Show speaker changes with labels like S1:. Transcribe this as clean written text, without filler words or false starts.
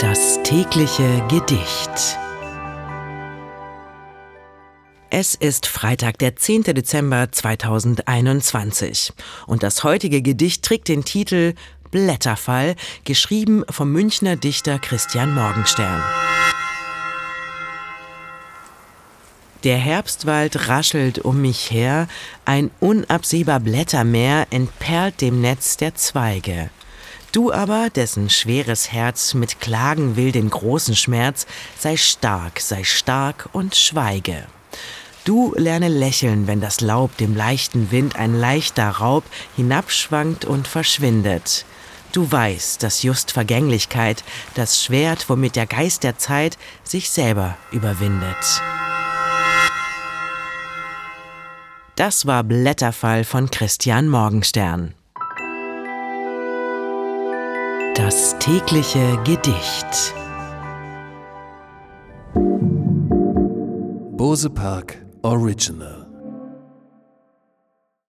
S1: Das tägliche Gedicht. Es ist Freitag, der 10. Dezember 2021 und das heutige Gedicht trägt den Titel Blätterfall, geschrieben vom Münchner Dichter Christian Morgenstern. Der Herbstwald raschelt um mich her, ein unabsehbar Blättermeer entperlt dem Netz der Zweige. Du aber, dessen schweres Herz mit klagen will den großen Schmerz, sei stark und schweige. Du lerne lächeln, wenn das Laub dem leichten Wind ein leichter Raub hinabschwankt und verschwindet. Du weißt, dass just Vergänglichkeit das Schwert, womit der Geist der Zeit sich selber überwindet. Das war Blätterfall von Christian Morgenstern. Das tägliche Gedicht.
S2: Bose Park Original.